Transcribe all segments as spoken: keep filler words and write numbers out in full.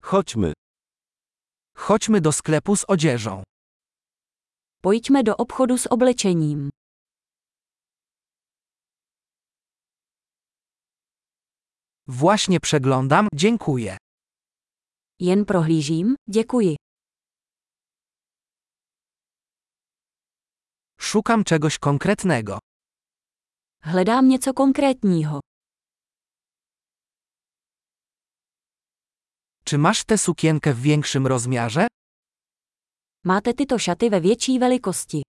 Chodźmy. Chodźmy do sklepu z odzieżą. Pojďme do obchodu s oblečením. Właśnie przeglądam, dziękuję. Jen prohlížím, děkuji. Szukam czegoś konkretnego. Hledám něco konkrétního. Czy masz tę sukienkę w większym rozmiarze? Máte tyto šaty ve větší velikosti.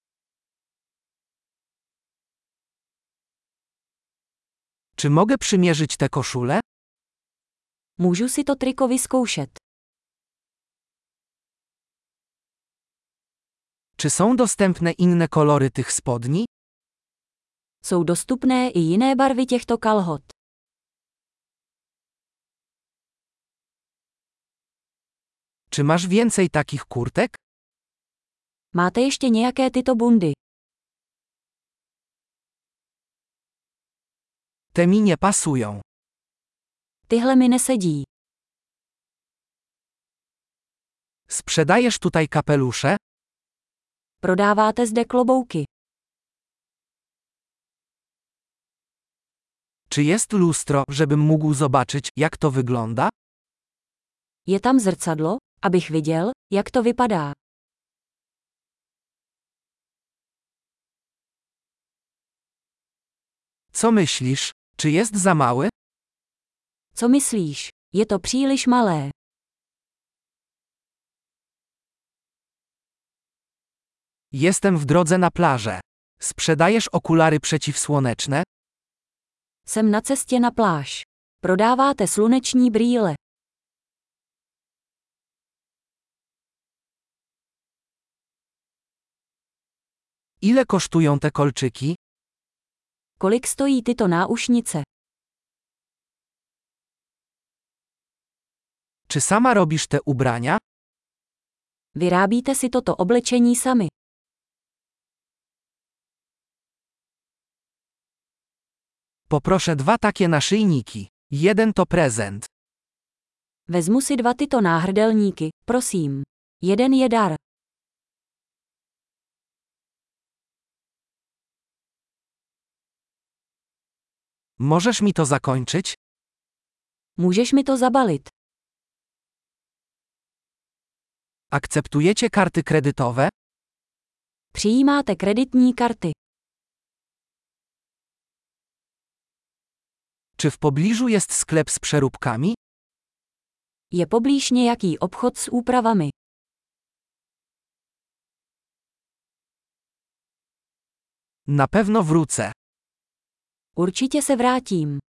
Czy mogę przymierzyć tę koszulę? Můžu si to triko vyzkoušet. Czy są dostępne inne kolory tych spodni? Jsou dostupné i jiné barvy těchto kalhot. Czy masz więcej takich kurtek? Máte ještě nějaké tyto bundy? Te mi nie pasują. Tyhle mi nesedí. Sprzedajesz tutaj kapelusze? Prodáváte zde klobouky. Czy jest lustro, żebym mógł zobaczyć, jak to wygląda? Je tam zrcadlo, abych viděl, jak to vypadá. Co myślisz? Czy jest za mały? Co myslíš? Je to příliš malé. Jestem w drodze na plażę. Sprzedajesz okulary przeciwsłoneczne? Jsem na cestě na pláž. Prodáváte sluneční brýle. Ile kosztują te kolczyki? Kolik stojí tyto náušnice? Czy sama robisz te ubrania? Vyrábíte si toto oblečení sami. Poproszę dwa takie naszyjniki. Jeden to prezent. Vezmu si dva tyto náhrdelníky, prosím. Jeden je dar. Możesz mi to zakończyć? Můžeš mi to zabalit? Akceptujecie karty kredytowe? Přijímáte kreditní karty. Czy w pobliżu jest sklep z przeróbkami? Je poblíž nějaký obchod s úpravami. Na pewno wrócę. Určitě se vrátím.